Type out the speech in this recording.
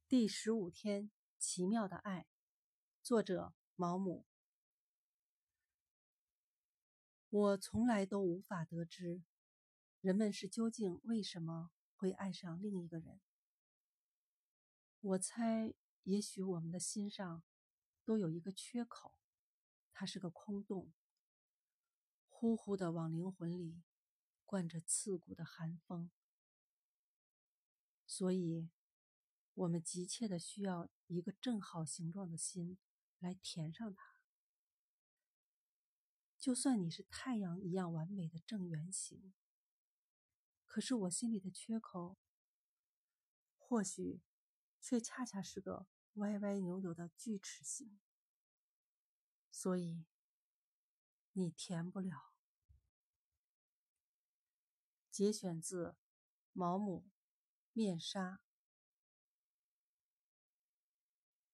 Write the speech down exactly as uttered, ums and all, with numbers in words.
第十五天，奇妙的爱，作者毛姆。我从来都无法得知，人们是究竟为什么会爱上另一个人。我猜，也许我们的心上都有一个缺口，它是个空洞，呼呼地往灵魂里灌着刺骨的寒风。所以，我们急切地需要一个正好形状的心来填上它。就算你是太阳一样完美的正圆形，可是我心里的缺口，或许却恰恰是个歪歪扭扭的锯齿形，所以你填不了。节选自毛姆《面纱》。